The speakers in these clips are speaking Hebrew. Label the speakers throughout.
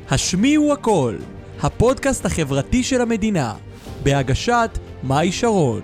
Speaker 1: השמיעו הכל, הפודקאסט החברתי של המדינה, בהגשת מאי שרון.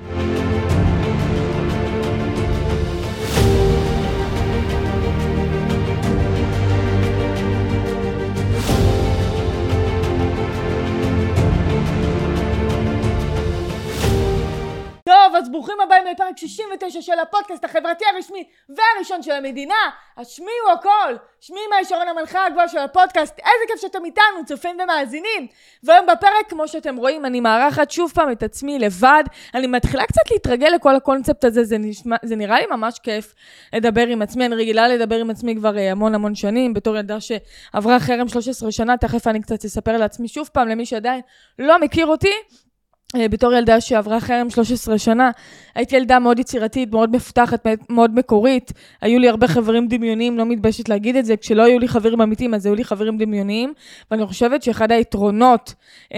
Speaker 2: טוב, אז ברוכים הבאים לפרק 69 של הפודקאסט החברתי הרשמי והראשון של המדינה, השמיעו הכל. שמי מאי שרון, המנחה הגבוהה של הפודקאסט. איזה כיף שאתם איתנו, צופים ומאזינים. והיום בפרק, כמו שאתם רואים, אני מארחת שוב פעם את עצמי לבד. אני מתחילה קצת להתרגל לכל הקונספט הזה, זה נראה לי ממש כיף לדבר עם עצמי. אני רגילה לדבר עם עצמי כבר המון שנים, בתור ילדה שעברה חרם 13 שנה, תכף אני קצת אספר לעצמי שוב פעם, למי שעדיין לא מכיר אותי. בתור ילדה שעברה חרם 13 שנה, הייתי ילדה מאוד יצירתית, מאוד מפותחת, מאוד מקורית. היו לי הרבה חברים דמיוניים, לא מתביישת להגיד את זה. כשלא היו לי חברים אמיתיים, אז היו לי חברים דמיוניים. ואני חושבת שאחד היתרונות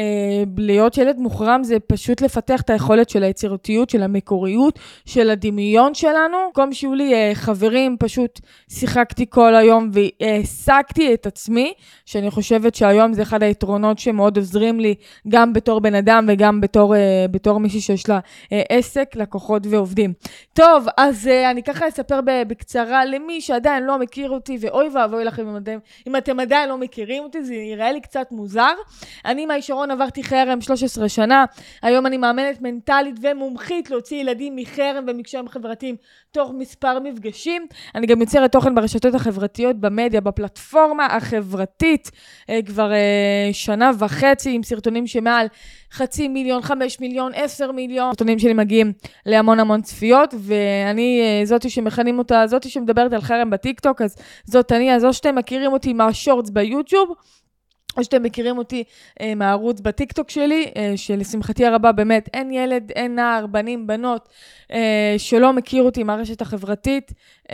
Speaker 2: להיות ילד מוחרם, זה פשוט לפתח את היכולת של היצירתיות, של המקוריות, של הדמיון שלנו. במקום שהיו לי חברים, פשוט שיחקתי כל היום והעסקתי את עצמי, שאני חושבת שהיום זה אחד היתרונות שמאוד עוזרים לי, גם בתור בן אדם וגם בתור מישהי שיש לה עסק, לקוחות ועובדים. טוב, אז אני ככה אספר בקצרה למי שעדיין לא מכיר אותי, ואוי ואבוי לכם אם אתם עדיין לא מכירים אותי, זה יראה לי קצת מוזר. אני מאי שרון, עברתי חרם 13 שנה, היום אני מאמנת מנטלית ומומחית להוציא ילדים מחרם ומקשרים חברתיים תוך מספר מפגשים. אני גם יוצרת תוכן ברשתות החברתיות, במדיה, בפלטפורמה החברתית, כבר שנה וחצי עם סרטונים שמעל 500,000, 5 מיליון, 10 מיליון. הסרטונים שלי מגיעים להמון צפיות, ואני זאתי שמכנים אותה, זאתי שמדברת על חרם בטיקטוק, אז זאת אני, אז או שאתם מכירים אותי מהשורטס ביוטיוב, או שאתם מכירים אותי מהערוץ בטיקטוק שלי, שלשמחתי הרבה באמת אין ילד, אין נער, בנים, בנות, שלא מכיר אותי מהרשת החברתית,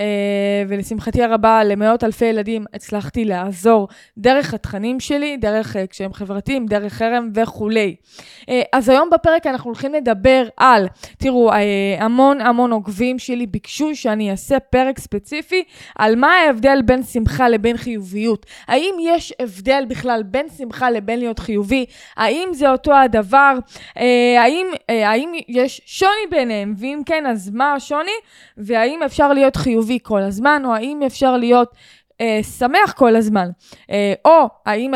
Speaker 2: ולשמחתי הרבה למאות אלפי ילדים הצלחתי לעזור דרך התכנים שלי, דרך קשיים חברתיים, דרך חרם וכולי. אז היום בפרק אנחנו הולכים לדבר על, תראו, המון עוקבים שלי ביקשו שאני אעשה פרק ספציפי על מה ההבדל בין שמחה לבין חיוביות. האם יש הבדל בכלל בין שמחה לבין להיות חיובי? האם זה אותו הדבר? האם יש שוני ביניהם? ואם כן, אז מה השוני? והאם אפשר להיות חיובי כל הזמן? או האם אפשר להיות שמח כל הזמן? או האם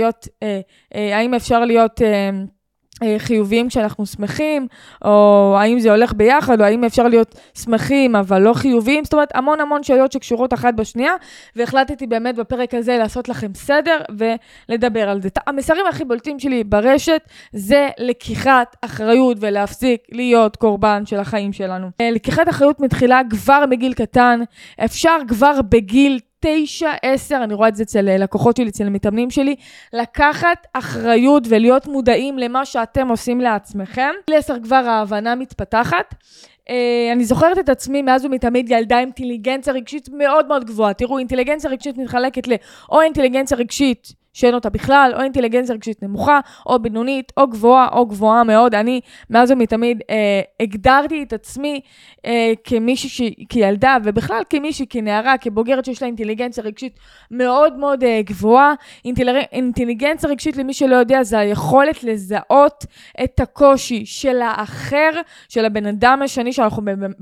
Speaker 2: אפשר להיות חיוביים כשאנחנו שמחים, או האם זה הולך ביחד, או האם אפשר להיות שמחים אבל לא חיוביים? זאת אומרת, המון שאלות שקשורות אחת בשנייה, והחלטתי באמת בפרק הזה לעשות לכם סדר ולדבר על זה. המסרים הכי בולטים שלי ברשת זה לקיחת אחריות ולהפסיק להיות קורבן של החיים שלנו. לקיחת אחריות מתחילה כבר בגיל קטן, אפשר כבר בגיל 9-10, אני רואה את זה אצל לקוחות שלי, אצל המתאמנים שלי, לקחת אחריות ולהיות מודעים למה שאתם עושים לעצמכם. בגיל 10 כבר ההבנה מתפתחת. אני זוכרת את עצמי מאז ומתמיד ילדה אינטליגנציה רגשית מאוד גבוהה. תראו, אינטליגנציה רגשית מתחלקת או אינטליגנציה רגשית שאין אותה בכלל, או אינטליגנציה רגשית נמוכה, או בינונית, או גבוהה מאוד. אני מאז ומתמיד הגדרתי את עצמי כמישהי, כילדה, ובכלל כמישהי, כנערה, כבוגרת שיש לה אינטליגנציה רגשית מאוד גבוהה. אינטליגנציה רגשית, למי שלא יודע, זה היכולת לזהות את הקושי של האחר, של הבן אדם השני שאנחנו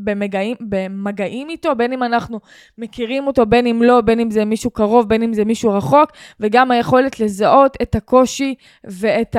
Speaker 2: במגעים איתו, בין אם אנחנו מכירים אותו, בין אם לא, בין אם זה מישהו קרוב, בין אם זה מישהו רחוק, וגם היכולת לזהות את הקושי ואת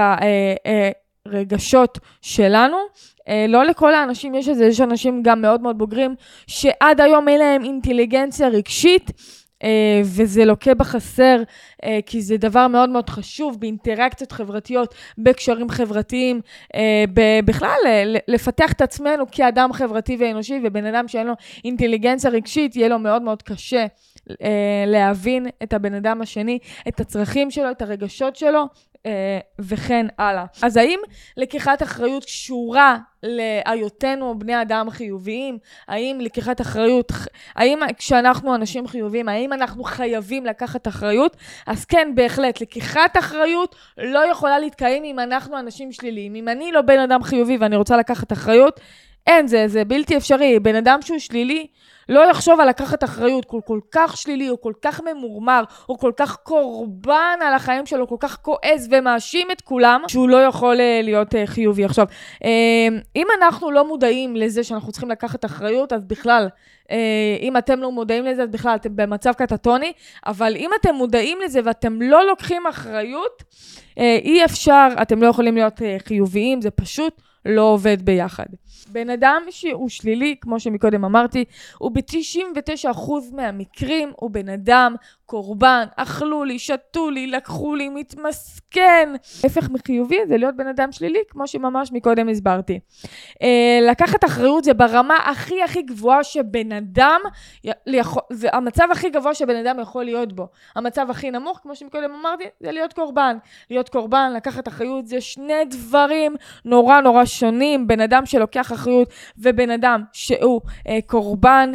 Speaker 2: הרגשות שלנו. לא לכל האנשים יש את זה, יש אנשים גם מאוד בוגרים שעד היום אין להם אינטליגנציה רגשית, וזה לוקה בחסר, כי זה דבר מאוד חשוב באינטראקציות חברתיות, בקשרים חברתיים, בכלל לפתח את עצמנו כאדם חברתי ואנושי, ובן אדם שאין לו אינטליגנציה רגשית, יהיה לו מאוד קשה להבין את הבן אדם השני, את הצרכים שלו, את הרגשות שלו, וכן הלאה. אז האם לקיחת אחריות קשורה להיותנו בני אדם חיוביים? האם לקיחת אחריות, האם כשאנחנו אנשים חיוביים, האם אנחנו חייבים לקחת אחריות? אז כן, בהחלט, לקיחת אחריות לא יכולה להתקיים אם אנחנו אנשים שליליים. אם אני לא בן אדם חיובי ואני רוצה לקחת אחריות, אין, זה בלתי אפשרי. בן אדם שהוא שלילי, לא יחשוב על לקחת אחריות, כל כך שלילי, הוא כל כך ממורמר, הוא כל כך קורבן על החיים שלו, כל כך כועס ומאשים את כולם, שהוא לא יכול להיות חיובי. עכשיו, אם אנחנו לא מודעים לזה שאנחנו צריכים לקחת אחריות, אז בכלל, אם אתם לא מודעים לזה, אז בכלל אתם במצב קטטוני, אבל אם אתם מודעים לזה ואתם לא לוקחים אחריות, אי אפשר, אתם לא יכולים להיות חיוביים, זה פשוט לא עובד ביחד. בן אדם שהוא שלילי, כמו שמקודם אמרתי, הוא ב-99% מהמקרים הוא בן אדם קורבן, אכלו לי, שתו לי, לקחו לי, מתמסכן. הפך מחיובי זה להיות בן אדם שלילי, כמו שממש מקודם הסברתי. לקחת אחריות זה ברמה הכי גבוהה שבן אדם, זה המצב הכי גבוה שבן אדם יכול להיות בו. המצב הכי נמוך, כמו שמקודם אמרתי, זה להיות קורבן. להיות קורבן, לקחת אחריות, זה שני דברים נורא שונים. בן אדם שלוקח אחריות ובן אדם שהוא קורבן,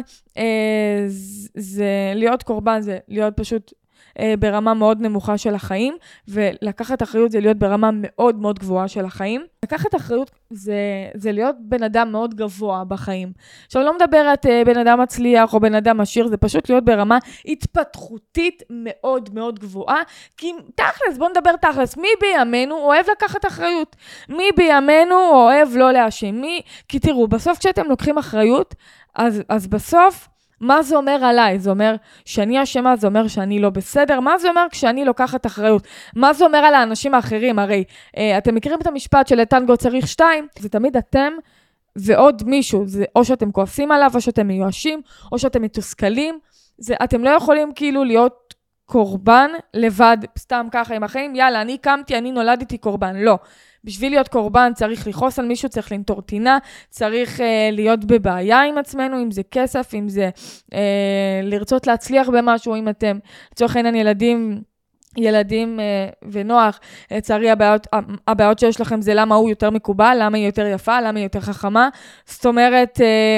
Speaker 2: זה להיות קורבן, זה להיות פשוט ברמה מאוד נמוכה של החיים, ולקחת אחריות זה להיות ברמה מאוד גבוהה של החיים. לקחת אחריות זה להיות בן אדם מאוד גבוה בחיים. עכשיו לא מדברת בן אדם מצליח או בן אדם עשיר, זה פשוט להיות ברמה התפתחותית מאוד גבוהה, כי תכלס, בוא נדבר תכלס, מי בימינו אוהב לקחת אחריות? מי בימינו אוהב לא להאשים? כי תראו, בסוף כשאתם לוקחים אחריות, אז בסוף, מה זה אומר עליי? זה אומר שאני אשמה, זה אומר שאני לא בסדר. מה זה אומר כשאני לוקחת אחריות? מה זה אומר על האנשים האחרים? הרי אתם מכירים את המשפט של טנגו צריך 2, זה תמיד אתם ועוד מישהו. זה או שאתם כועסים עליו, או שאתם מיואשים, או שאתם מתוסכלים. אתם לא יכולים כאילו להיות קורבן לבד, סתם ככה עם החיים. יאללה, אני קמתי, אני נולדתי קורבן. לא. בשביל להיות קורבן צריך לכעוס על מישהו, צריך לנטור טינה, צריך להיות בבעיה עם עצמנו, אם זה כסף, אם זה לרצות להצליח במשהו, אם אתם, לצורך העניין ילדים ונוח, לצערי הבעיות שיש לכם זה למה הוא יותר מקובל, למה היא יותר יפה, למה היא יותר חכמה, זאת אומרת,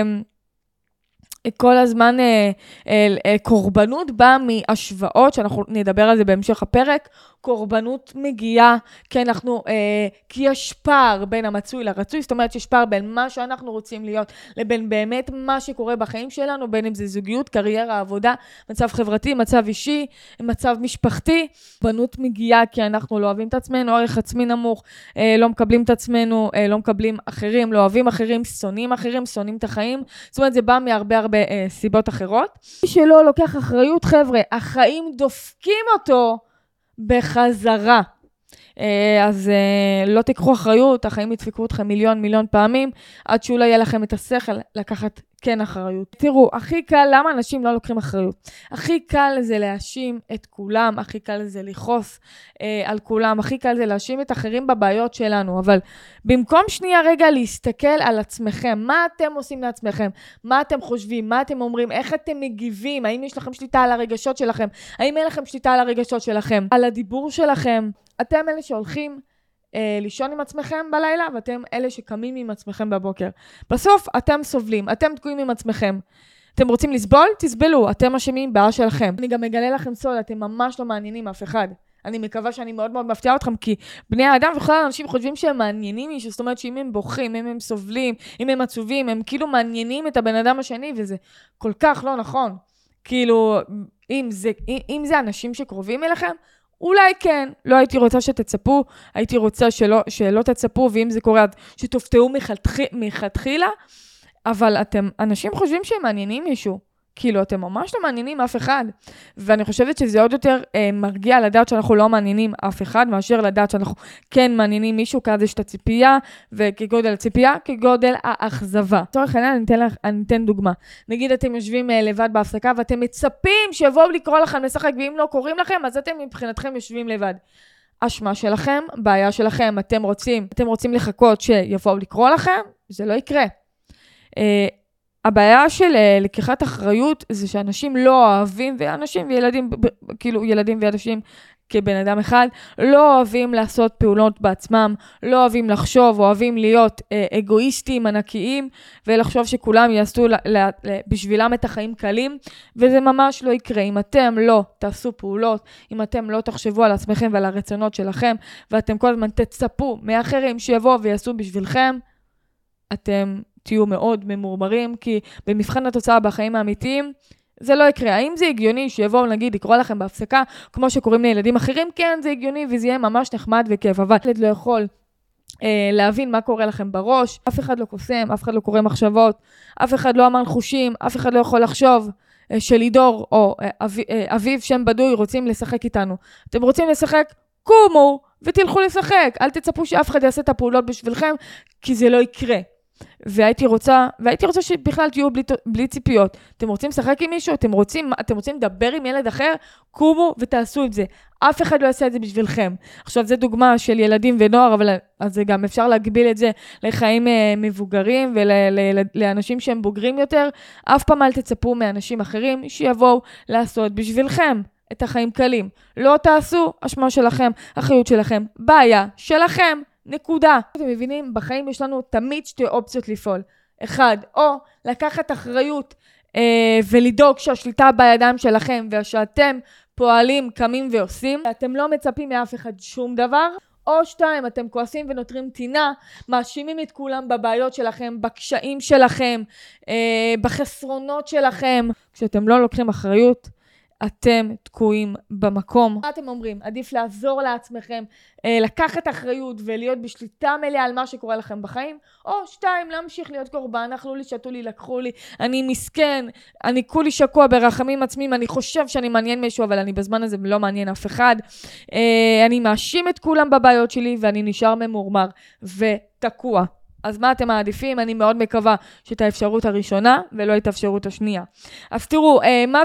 Speaker 2: כל הזמן קורבנות באה מהשוואות, שאנחנו נדבר על זה בהמשך הפרק, קורבנות מגיעה, כי יש פער בין המצוי לרצוי, זאת אומרת שיש פער בין מה שאנחנו רוצים להיות, לבין באמת מה שקורה בחיים שלנו, בין אם זה זוגיות, קריירה, עבודה, מצב חברתי, מצב אישי, מצב משפחתי. קורבנות מגיעה כי אנחנו לא אוהבים את עצמנו, ערך עצמי נמוך, לא מקבלים את עצמנו, לא מקבלים אחרים, לא אוהבים אחרים, שונאים אחרים, שונאים את החיים. זאת אומרת, זה בא מהרבה סיבות אחרות. מי שלא לוקח אחריות, חבר'ה, החיים דופקים אותו בחזרה. אז לא תיקחו אחריות, החיים ידפקו אתכם מיליון פעמים, עד שאולי יהיה לכם את השכל לקחת כן אחריות. תראו, הכי קל, למה אנשים לא לוקחים אחריות? הכי קל זה להאשים את כולם, הכי קל זה לכעוס על כולם, הכי קל זה להאשים את אחרים בבעיות שלנו, אבל במקום שנייה רגע להסתכל על עצמכם, מה אתם עושים לעצמכם? מה אתם חושבים? מה אתם אומרים? איך אתם מגיבים? האם יש לכם שליטה על הרגשות שלכם? האם אין לכם שליטה על הרגשות שלכם? על הדיבור שלכם? אתם אלה שהולכים לישון עם עצמכם בלילה, ואתם אלה שקמים עם עצמכם בבוקר. בסוף אתם סובלים, אתם תקועים עם עצמכם. אתם רוצים לסבול? תסבלו, אתם אשמים בעיה שלכם. אני גם מגלה לכם סוד, אתם ממש לא מעניינים אף אחד. אני מקווה שאני מאוד מפתיעה אתכם, כי בני האדם וכלל אנשים חושבים שהם מעניינים מישהו, זאת אומרת שאם הם בוכים, אם הם סובלים, אם הם עצובים, הם כאילו מעניינים את הבן אדם השני, וזה כל כך לא נכון. כאילו, אם זה אנשים שקרובים אליכם, אולי כן, לא הייתי רוצה שתצפו, הייתי רוצה שלא תצפו, ואם זה קורה, שתופתעו מלכתחילה, אבל אנשים חושבים שהם מעניינים מישהו, כאילו אתם ממש לא מעניינים אף אחד, ואני חושבת שזה עוד יותר מרגיע לדעת שאנחנו לא מעניינים אף אחד, מאשר לדעת שאנחנו כן מעניינים מישהו, כזה יש את הציפייה, וכגודל הציפייה, כגודל האכזבה. לצורך העניין, אני אתן דוגמה. נגיד אתם יושבים לבד בהפסקה, ואתם מצפים שיבואו לקרוא לכם לשחק, ואם לא קוראים לכם, אז אתם מבחינתכם יושבים לבד. אשמה שלכם, בעיה שלכם, אתם רוצים לחכות שיבואו לקרוא לכם, זה לא יקרה. הבעיה של לקיחת אחריות זה שאנשים לא אוהבים, ואנשים וילדים, כאילו ילדים ואנשים כבן אדם אחד, לא אוהבים לעשות פעולות בעצמם, לא אוהבים לחשוב, אוהבים להיות אגואיסטים, ענקיים, ולחשוב שכולם יעשו בשבילם את החיים קלים, וזה ממש לא יקרה. אם אתם לא תעשו פעולות, אם אתם לא תחשבו על עצמכם ועל הרצונות שלכם, ואתם כל הזמן תצפו מאחרים שיבואו ויעשו בשבילכם, אתם תהיו מאוד ממורמרים, כי במבחן התוצאה בחיים האמיתיים, זה לא יקרה. האם זה הגיוני שיבואו נגיד לקרוא לכם בהפסקה, כמו שקוראים לילדים אחרים? כן, זה הגיוני וזה יהיה ממש נחמד וכיף, אבל ילד לא יכול להבין מה קורה לכם בראש, אף אחד לא קוסם, אף אחד לא קורא מחשבות, אף אחד לא אמר חושים, אף אחד לא יכול לחשוב שלידור או אביב שם בדוי רוצים לשחק איתנו. אתם רוצים לשחק? קומו ותלכו לשחק. אל תצפו שאף אחד יעשה את הפעולות בשבילכם, כי זה לא יקרה. והייתי רוצה שבכלל תהיו בלי ציפיות. אתם רוצים לשחק עם מישהו? אתם רוצים לדבר עם ילד אחר? קומו ותעשו את זה. אף אחד לא יעשה את זה בשבילכם. עכשיו, זו דוגמה של ילדים ונוער, אבל אז זה גם אפשר להגביל את זה לחיים מבוגרים ולאנשים שהם בוגרים יותר. אף פעם אל תצפו מאנשים אחרים שיבואו לעשות בשבילכם את החיים קלים. לא תעשו, אשמה שלכם, אחריות שלכם, בעיה שלכם. נקודה. אתם מבינים? בחיים יש לנו תמיד שתי אופציות לפעול. אחד, או לקחת אחריות ולדאוג שהשליטה בידיים שלכם, ושאתם פועלים, קמים ועושים. אתם לא מצפים מאף אחד שום דבר. או שתיים, אתם כועסים ונותרים טינה, מאשימים את כולם בבעיות שלכם, בקשיים שלכם, בחסרונות שלכם. כשאתם לא לוקחים אחריות, אתם תקועים במקום. מה אתם אומרים? עדיף לעזור לעצמכם, לקחת אחריות ולהיות בשליטה מלאה על מה שקורה לכם בחיים, או שתיים, להמשיך להיות קורבן, אכלו לי, שתו לי, לקחו לי, אני מסכן, אני כולי שקוע ברחמים עצמיים, אני חושב שאני מעניין מישהו, אבל אני בזמן הזה לא מעניין אף אחד, אני מאשים את כולם בבעיות שלי, ואני נשאר ממורמר ותקוע. אז מה אתם מעדיפים? אני מאוד מקווה שאת האפשרות הראשונה ולא את האפשרות השנייה. אז תראו,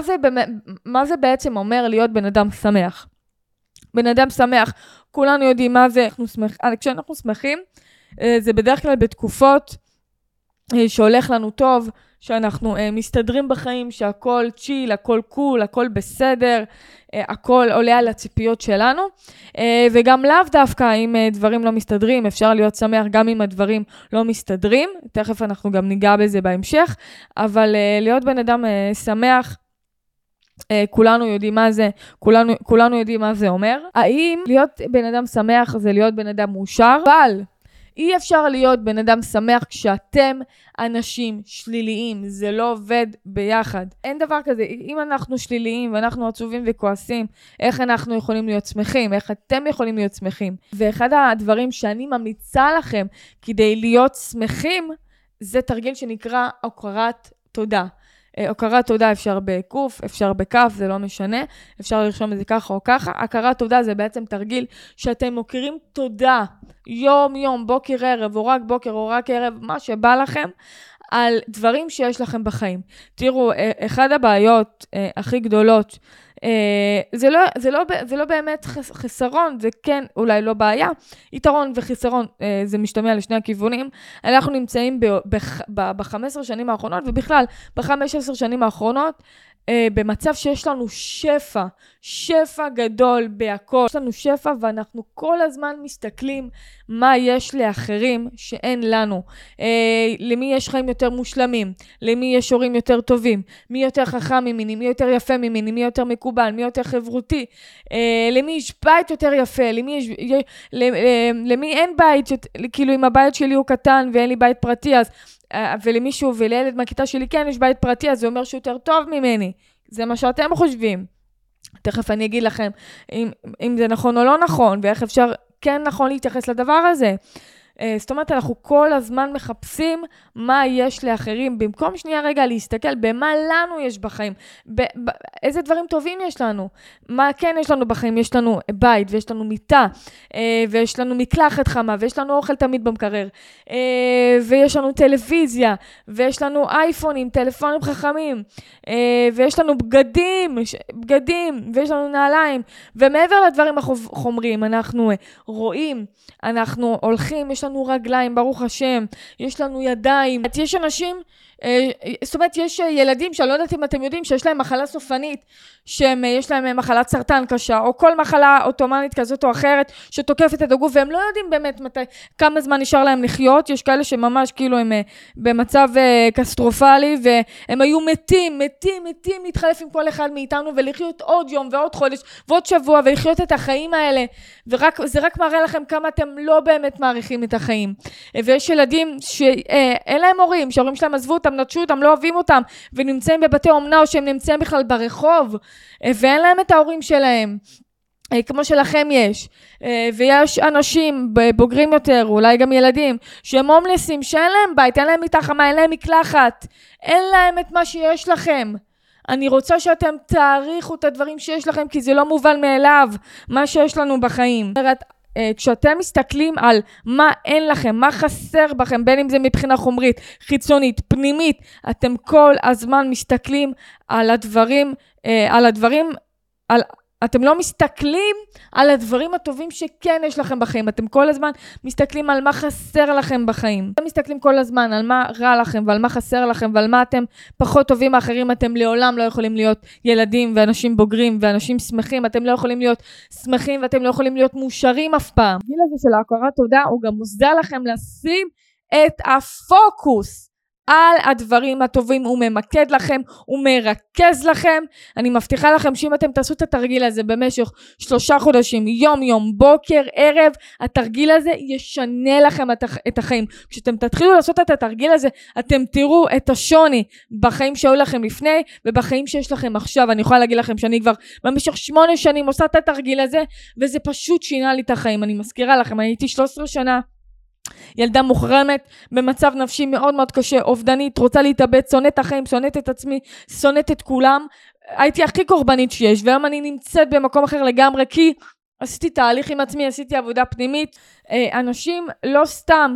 Speaker 2: מה זה בעצם אומר להיות בן אדם שמח? בן אדם שמח, כולנו יודעים מה זה, כשאנחנו שמחים, זה בדרך כלל בתקופות שהולך לנו טוב, שאנחנו מסתדרים בחיים, שהכל צ'יל, הכל קול, הכל בסדר, הכל עולה על הציפיות שלנו, וגם לאו דווקא אם דברים לא מסתדרים, אפשר להיות שמח גם אם הדברים לא מסתדרים, תכף אנחנו גם ניגע בזה בהמשך, אבל להיות בן אדם שמח, כולנו יודעים מה זה, כולנו יודעים מה זה אומר. האם להיות בן אדם שמח זה להיות בן אדם מאושר? אבל אי אפשר להיות בן אדם שמח כשאתם אנשים שליליים, זה לא עובד ביחד. אין דבר כזה, אם אנחנו שליליים ואנחנו עצובים וכועסים, איך אנחנו יכולים להיות שמחים? איך אתם יכולים להיות שמחים? ואחד הדברים שאני ממליצה לכם כדי להיות שמחים, זה תרגיל שנקרא הוקרת תודה. הוקרת תודה אפשר בקוף, אפשר בכף, זה לא משנה, אפשר לרשום את זה ככה או ככה. הכרת תודה זה בעצם תרגיל שאתם מוכרים תודה יום יום, בוקר ערב, או רק בוקר או רק ערב, מה שבא לכם, על דברים שיש לכם בחיים. תראו, אחד הבעיות הכי גדולות, זה לא באמת חסרון, זה כן אולי לא בעיה, יתרון וחיסרון, זה משתמע לשני הכיוונים. אנחנו נמצאים ב-15 שנים האחרונות, ובכלל ב-15 שנים האחרונות, במצב שיש לנו שפע גדול בהכל. יש לנו שפע ואנחנו כל הזמן מסתכלים מה יש לאחרים שאין לנו. למי יש חיים יותר מושלמים, למי יש הורים יותר טובים, מי יותר חכם ממני, מי יותר יפה ממני, מי יותר מקובל, מי יותר חברותי, למי יש בית יותר יפה, למי אין בית, כאילו אם הבית שלי הוא קטן ואין לי בית פרטי, אז ולמישהו ולילד מהכיתה שלי כן יש בית פרטי, אז זה אומר שהוא יותר טוב ממני. זה מה שאתם חושבים. תכף אני אגיד לכם אם זה נכון או לא נכון, ואיך אפשר כן נכון להתייחס לדבר הזה. זאת אומרת, אנחנו כל הזמן מחפשים מה יש לאחרים, במקום שנייה רגע להסתכל במה לנו יש בחיים, איזה דברים טובים יש לנו, מה כן יש לנו בחיים, יש לנו בית, ויש לנו מיטה, ויש לנו מקלחת חמה, ויש לנו אוכל תמיד במקרר, ויש לנו טלוויזיה, ויש לנו אייפונים, טלפונים חכמים, ויש לנו בגדים, ויש לנו נעליים, ומעבר לדברים החומריים, אנחנו רואים, אנחנו הולכים, יש לנו רגליים, ברוך השם, יש לנו ידיים. יש אנשים זאת אומרת, יש ילדים שאני לא יודעת אם אתם יודעים שיש להם מחלה סופנית, שיש להם מחלת סרטן קשה, או כל מחלה אוטומנית כזאת או אחרת, שתוקפת את הגוף, והם לא יודעים באמת כמה זמן נשאר להם לחיות. יש כאלה שממש כאילו הם במצב קטסטרופלי, והם היו מתים להתחלף עם כל אחד מאיתנו, ולחיות עוד יום ועוד חודש ועוד שבוע, ולחיות את החיים האלה, וזה רק מראה לכם כמה אתם לא באמת מעריכים את החיים. ויש ילדים שאין להם הורים, שההורים שלהם עזבו אותם, נטשו אותם, לא אוהבים אותם, ונמצאים בבתי אומנה, או שהם נמצאים בכלל ברחוב, ואין להם את ההורים שלהם, כמו שלכם יש. ויש אנשים בוגרים יותר, אולי גם ילדים, שהם הומלסים, שאין להם בית, אין להם מיטה חמה, אין להם מקלחת, אין להם את מה שיש לכם. אני רוצה שאתם תעריכו את הדברים שיש לכם, כי זה לא מובן מאליו, מה שיש לנו בחיים. כשאתם מסתכלים על מה אין לכם, מה חסר בכם, בין אם זה מבחינה חומרית, חיצונית, פנימית, אתם כל הזמן מסתכלים על הדברים, אתם לא מסתכלים על הדברים הטובים שכן יש לכם בחיים, אתם כל הזמן מסתכלים על מה חסר לכם בחיים. אתם מסתכלים כל הזמן על מה רע לכם ועל מה חסר לכם ועל מה אתם פחות טובים מאחרים. אתם לעולם לא יכולים להיות ילדים ואנשים בוגרים ואנשים שמחים, אתם לא יכולים להיות שמחים ואתם לא יכולים להיות מאושרים אף פעם. הגיל הזה של ההכרת תודה הוא גם מוסדר לכם לשים את הפוקוס על הדברים הטובים, הוא ממקד לכם, הוא מרכז לכם. אני מבטיחה לכם שאם אתם תעשו את התרגיל הזה במשך 3 חודשים, יום, בוקר, ערב, התרגיל הזה ישנה לכם את החיים. כשאתם תתחילו לעשות את התרגיל הזה, אתם תראו את השוני בחיים שהיו לכם לפני, ובחיים שיש לכם עכשיו. אני יכולה להגיד לכם שאני כבר במשך 8 שנים עושה את התרגיל הזה, וזה פשוט שינה לי את החיים. אני מזכירה לכם, אני הייתי 13 שנה, ילדה מוחרמת, במצב נפשי מאוד מאוד קשה, אובדנית, רוצה להתאבד, שונאת החיים, שונאת את עצמי, שונאת את כולם. הייתי הכי קורבנית שיש, והיום אני נמצאת במקום אחר לגמרי, כי עשיתי תהליך עם עצמי, עשיתי עבודה פנימית. אנשים לא סתם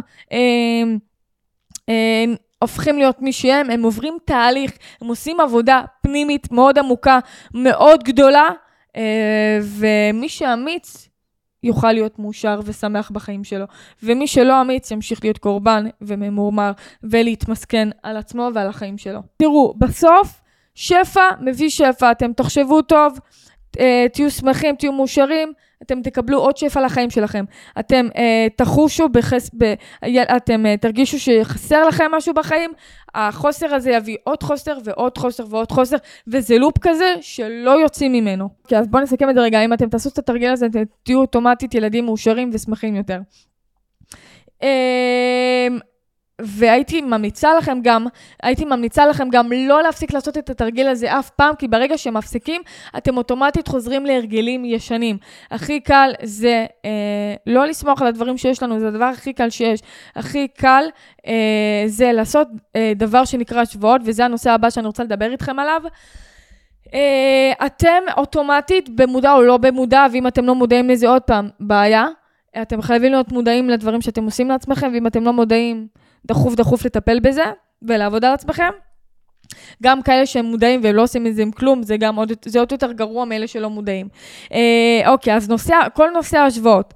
Speaker 2: הופכים להיות מי שהם, הם עוברים תהליך, הם עושים עבודה פנימית מאוד עמוקה, מאוד גדולה, ומי שאמיץ יוכל להיות מאושר ושמח בחיים שלו. ומי שלא אמיץ ימשיך להיות קורבן וממורמר ולהתמסכן על עצמו ועל החיים שלו. תראו, בסוף שפע מביא שפע. אתם תחשבו טוב, תהיו שמחים, תהיו מאושרים, אתם תקבלו עוד שפע לחיים שלכם. אתם תחושו, אתם תרגישו שחסר לכם משהו בחיים, החוסר הזה יביא עוד חוסר ועוד חוסר ועוד חוסר, וזה לופ כזה שלא יוצאים ממנו. Okay, אז בואו נסכם את זה רגע. אם אתם תעשו את התרגיל הזה, אתם תהיו אוטומטית ילדים מאושרים ושמחים יותר. והייתי ממליצה לכם גם לא להפסיק לעשות את התרגיל הזה אף פעם, כי ברגע שמפסיקים, אתם אוטומטית חוזרים להרגלים ישנים. הכי קל זה לא לסמוך על הדברים שיש לנו, זה הדבר הכי קל שיש. הכי קל זה לעשות דבר שנקרא השוואות, וזה הנושא הבא שאני רוצה לדבר איתכם עליו. אתם אוטומטית במודע או לא במודע, ואם אתם לא מודעים לזה עוד פעם, בעיה. אתם חייבים להיות מודעים לדברים שאתם עושים לעצמכם, ואם אתם לא מודעים, דחוף לטפל בזה ולעבוד על עצמכם. גם כאלה שהם מודעים ולא עושים את זה עם כלום, זה עוד יותר גרוע מאלה שלא מודעים. אוקיי, אז כל נושא ההשוואות.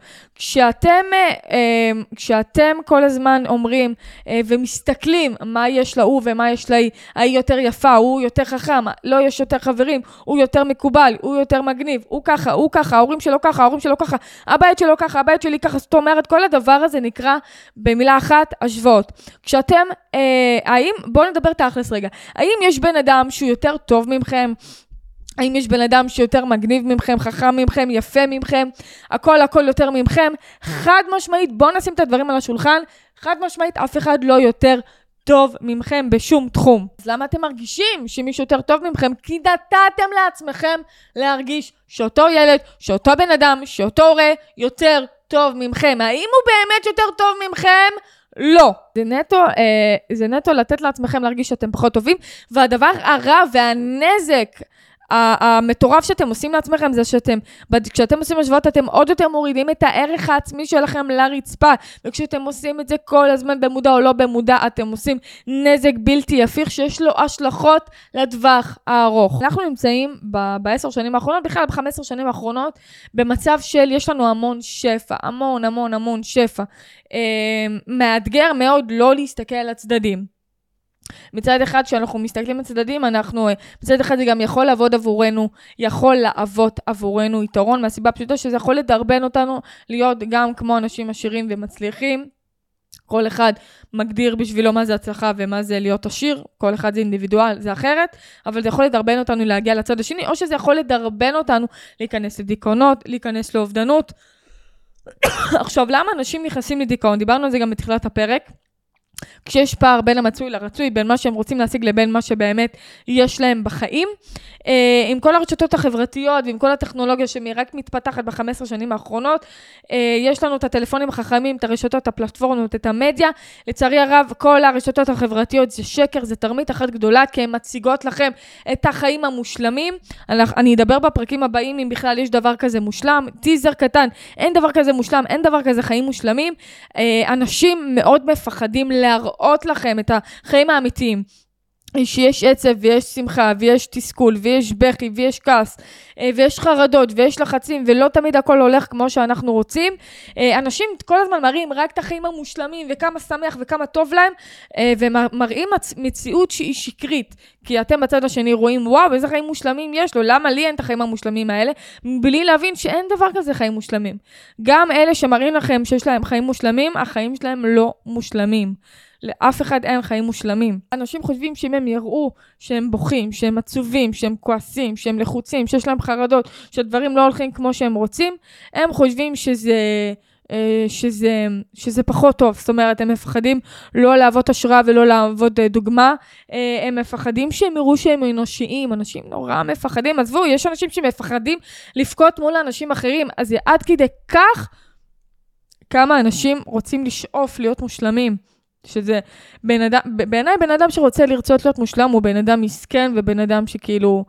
Speaker 2: כשאתם כל הזמן אומרים ומסתכלים מה יש להוא ומה יש להיא, היא יותר יפה, הוא יותר חכם, לא יש יותר חברים, הוא יותר מקובל, הוא יותר מגניב, הוא ככה, ההורים שלו ככה, הבית שלו ככה, הבית שלי ככה. זאת אומרת, כל הדבר הזה נקרא במילה אחת השוואות. כשאתם, בואו נדבר תכלס רגע, האם יש בן אדם שהוא יותר טוב ממכם? האם יש בן אדם שיותר מגניב ממכם, חכם ממכם, יפה ממכם, הכל יותר ממכם? חד משמעית, בואו נשים את הדברים על השולחן, חד משמעית, אף אחד לא יותר טוב ממכם בשום תחום. אז למה אתם מרגישים שמישהו יותר טוב ממכם? כי נתתם לעצמכם להרגיש שאותו ילד, שאותו בן אדם, שאותו הורה יותר טוב ממכם. האם הוא באמת יותר טוב ממכם? לא. זה נטו לתת לעצמכם להרגיש שאתם פחות טובים, והדבר הרע והנזק המטורף שאתם עושים לעצמכם זה כשאתם עושים השוואות, אתם עוד יותר מורידים את הערך העצמי שלכם לרצפה, וכשאתם עושים את זה כל הזמן במודע או לא במודע, אתם עושים נזק בלתי הפיך שיש לו השלכות לטווח הארוך. אנחנו נמצאים ב10 שנים האחרונות, בכלל ב15 שנים האחרונות, במצב של יש לנו המון שפע, המון שפע. מאתגר מאוד לא להסתכל על הצדדים. מצד אחד, כשאנחנו מסתכלים בצדדים, מצד אחד זה גם יכול לעבוד עבורנו יתרון, מהסיבה פשוטה שזה יכול לדרבן אותנו להיות גם כמו אנשים עשירים ומצליחים. כל אחד מגדיר בשבילו מה זה הצלחה ומה זה להיות עשיר, כל אחד זה אינדיבידואל, זה אחרת, אבל זה יכול לדרבן אותנו להגיע לצד השני, או שזה יכול לדרבן אותנו להיכנס לדיכאונות, להיכנס לאובדנות. עכשיו, למה אנשים נכנסים לדיכאון? דיברנו על זה גם בתחילת הפרק. כשיש פער בין המצוי לרצוי, בין מה שהם רוצים להשיג לבין מה שבאמת יש להם בחיים, עם כל הרשתות החברתיות ועם כל הטכנולוגיה שרק מתפתחת ב-15 שנים האחרונות, יש לנו את הטלפונים החכמים, את הרשתות, הפלטפורמות, את המדיה. לצערי הרב, כל הרשתות החברתיות זה שקר, זה תרמית אחת גדולה, כי הן מציגות לכם את החיים המושלמים. אני אדבר בפרקים הבאים אם בכלל יש דבר כזה מושלם, טיזר קטן, אין דבר כזה מושלם, אין דבר כזה חיים מושלמים. אנשים מאוד מפחדים להראות לכם את החיים האמיתיים, שיש עצב ויש שמחה ויש תסכול ויש בכי ויש כעס ויש חרדות ויש לחצים, ולא תמיד הכל הולך כמו שאנחנו רוצים. אנשים כל הזמן מראים רק את החיים המושלמים וכמה שמח וכמה טוב להם, ומראים מציאות שהיא שקרית, כי אתם בצד השני רואים וואו איזה חיים מושלמים יש לו, למה לי אין את החיים המושלמים האלה, בלי להבין שאין דבר כזה חיים מושלמים. גם אלה שמראים לכם שיש להם חיים מושלמים, החיים שלהם לא מושלמים. לאף אחד אין חיים מושלמים. אנשים חושבים שאם הם יראו שהם בוכים, שהם עצובים, שהם כועסים, שהם לחוצים, שיש להם חרדות, שדברים לא הולכים כמו שהם רוצים, הם חושבים שזה פחות טוב. זאת אומרת, הם מפחדים לא לעבוד השראה ולא לעבוד דוגמה. הם מפחדים שהם יראו שהם אנושיים. אנשים נורא מפחדים. עזבו, יש אנשים שמפחדים לפקות מול אנשים אחרים. אז זה עד כדי כך כמה אנשים רוצים לשאוף להיות מושלמים. שזה בעיניי בן אדם שרוצה לרצות להיות מושלם הוא בן אדם מסכן, ובן אדם שכאילו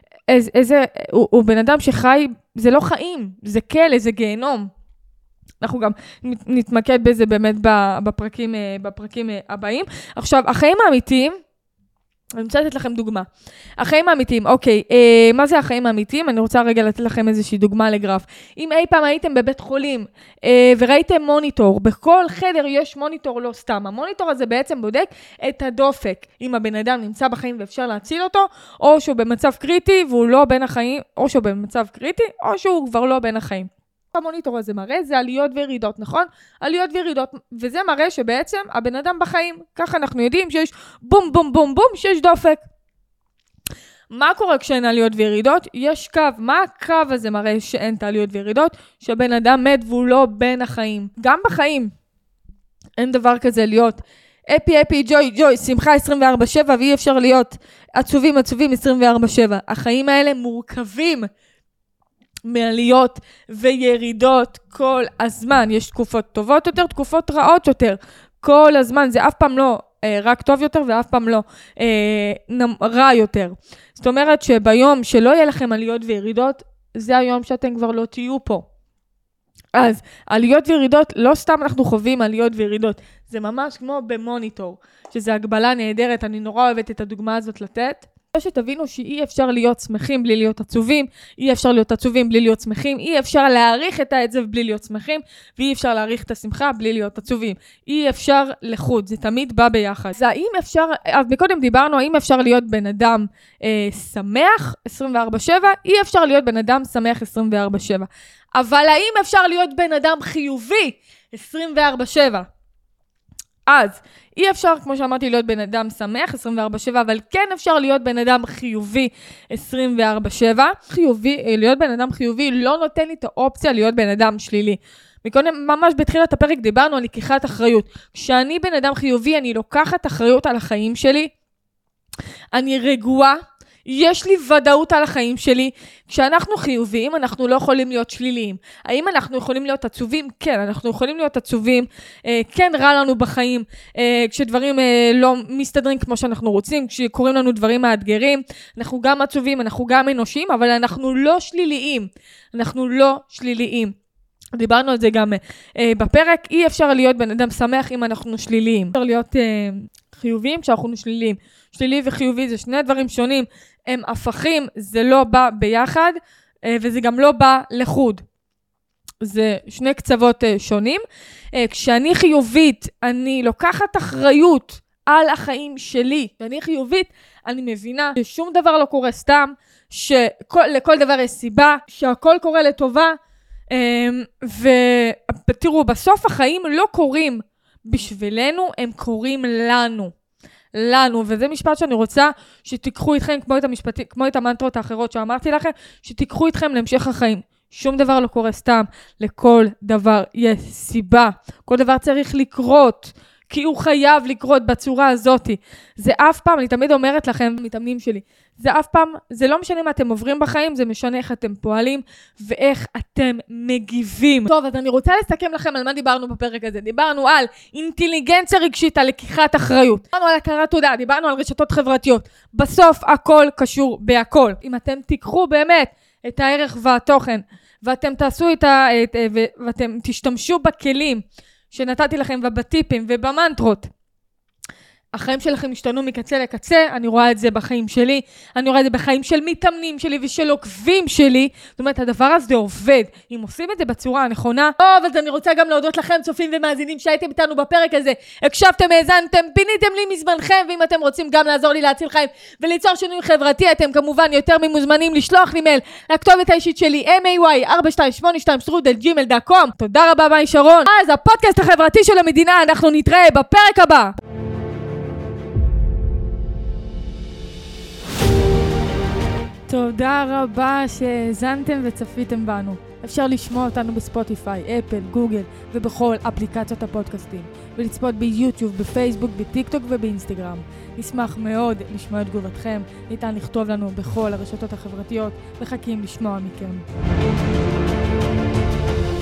Speaker 2: הוא בן אדם שחי, זה לא חיים, זה כלא, זה גיהנום. אנחנו גם נתמקד בזה באמת בפרקים הבאים. עכשיו, החיים האמיתיים, אני רוצה לתת לכם דוגמה. החיים האמיתיים, אוקיי, מה זה החיים האמיתיים? אני רוצה רגע לתת לכם איזושהי דוגמה לגרף. אם אי פעם הייתם בבית חולים וראיתם מוניטור, בכל חדר יש מוניטור, לא סתם. המוניטור הזה בעצם בודק את הדופק. אם הבן אדם נמצא בחיים ואפשר להציל אותו, או שהוא במצב קריטי והוא לא בין החיים, או שהוא במצב קריטי, או שהוא כבר לא בין החיים. המוניטור הזה מראה, זה עליות וירידות, נכון? עליות וירידות, וזה מראה שבעצם הבן אדם בחיים, ככה אנחנו יודעים שיש בום בום בום בום, שיש דופק. מה קורה כשאין עליות וירידות? יש קו, מה הקו הזה מראה שאין את העליות וירידות? שהבן אדם מת והוא לא בין החיים. גם בחיים אין דבר כזה להיות אפי אפי ג'וי ג'וי, שמחה 24/7, ואי אפשר להיות עצובים 24/7. החיים האלה מורכבים מעליות וירידות כל הזמן. יש תקופות טובות יותר, תקופות רעות יותר. כל הזמן, זה אף פעם לא רק טוב יותר ואף פעם לא רע יותר. זאת אומרת שביום שלא יהיה לכם עליות וירידות, זה היום שאתם כבר לא תהיו פה. אז עליות וירידות, לא סתם אנחנו חווים עליות וירידות. זה ממש כמו במוניטור, שזה הגבלה נהדרת. אני נורא אוהבת את הדוגמה הזאת לתת. שתבינו שאי אפשר להיות שמחים בלי להיות עצובים, אי אפשר להיות עצובים בלי להיות שמחים, אי אפשר להעריך את העצב בלי להיות שמחים, ואי אפשר להעריך את השמחה בלי להיות עצובים. אי אפשר לחוד, זה תמיד בא ביחד. אז האם אפשר, אז מקודם דיברנו, האם אפשר להיות בן אדם שמח 24/7? אי אפשר להיות בן אדם שמח 24/7. אבל האם אפשר להיות בן אדם חיובי 24/7? אז אי אפשר, כמו שאמרתי, להיות בן אדם שמח 24/7, אבל כן אפשר להיות בן אדם חיובי 24/7. להיות בן אדם חיובי לא נותן לי את האופציה להיות בן אדם שלילי. ממש בתחילת הפרק דיברנו על לקיחת אחריות. כשאני בן אדם חיובי, אני לוקחת אחריות על החיים שלי. אני רגועה. יש לי ודאות על החיים שלי. כשאנחנו חיוביים, אנחנו לא יכולים להיות שליליים. האם אנחנו יכולים להיות עצובים? כן, אנחנו יכולים להיות עצובים. כן, רע לנו בחיים. כשדברים לא מסתדרים כמו שאנחנו רוצים, כשקוראים לנו דברים מאתגרים, אנחנו גם עצובים, אנחנו גם אנושיים, אבל אנחנו לא שליליים. אנחנו לא שליליים. דיברנו על זה גם בפרק. אי אפשר להיות בן אדם שמח אם אנחנו שליליים. אפשר להיות חיוביים כשאנחנו שליליים. שלילי וחיובי זה שני דברים שונים, הם הפכים, זה לא בא ביחד, וזה גם לא בא לחוד. זה שני קצוות שונים. כשאני חיובית, אני לוקחת אחריות על החיים שלי, ואני חיובית, אני מבינה ששום דבר לא קורה סתם, שלכל דבר יש סיבה, שהכל קורה לטובה, ותראו, בסוף החיים לא קורים בשבילנו, הם קורים לנו, וזה משפט שאני רוצה שתיקחו איתכם, כמו את המנטרות האחרות שאמרתי לכם, שתיקחו איתכם להמשך החיים. שום דבר לא קורה סתם, לכל דבר יש סיבה, כל דבר צריך לקרות, כי הוא חייב לקרות בצורה הזאת. זה אף פעם, אני תמיד אומרת לכם, מתאמנים שלי, זה אף פעם, זה לא משנה מה אתם עוברים בחיים, זה משנה איך אתם פועלים, ואיך אתם מגיבים. טוב, אז אני רוצה לסכם לכם על מה דיברנו בפרק הזה. דיברנו על אינטליגנציה רגשית, על לקיחת אחריות. דיברנו על הכרת תודה, דיברנו על רשתות חברתיות. בסוף הכל קשור בהכל. אם אתם תיקחו באמת את הערך והתוכן, ואתם תעשו ואתם תשתמשו בכלים שנתתי לכם ובטיפים ובמנטרות, החיים שלכם השתנו מקצה לקצה, אני רואה את זה בחיים שלי, אני רואה את זה בחיים של מתאמנים שלי ושל עוקבים שלי, זאת אומרת, הדבר הזה עובד, אם עושים את זה בצורה הנכונה. טוב, אז אני רוצה גם להודות לכם, צופים ומאזינים שהייתם איתנו בפרק הזה, הקשבתם, האזנתם, פיניתם לי מזמנכם, ואם אתם רוצים גם לעזור לי להציל חיים וליצור שינוי חברתי, אתם כמובן יותר ממוזמנים לשלוח לי מייל לכתובת האישית שלי, may4282@gmail.com. תודה רבה, ביי שרון. אז הפודקאסט החברתי של המדינה, אנחנו נתראה בפרק הבא. תודה רבה שהאזנתם וצפיתם בנו. אפשר לשמוע אותנו בספוטיפיי, אפל, גוגל ובכל אפליקציות הפודקאסטים, ולצפות ביוטיוב, בפייסבוק, בטיקטוק ובאינסטגרם. נשמח מאוד לשמוע את תגובתכם, ניתן לכתוב לנו בכל הרשתות החברתיות, מחכים לשמוע מכם.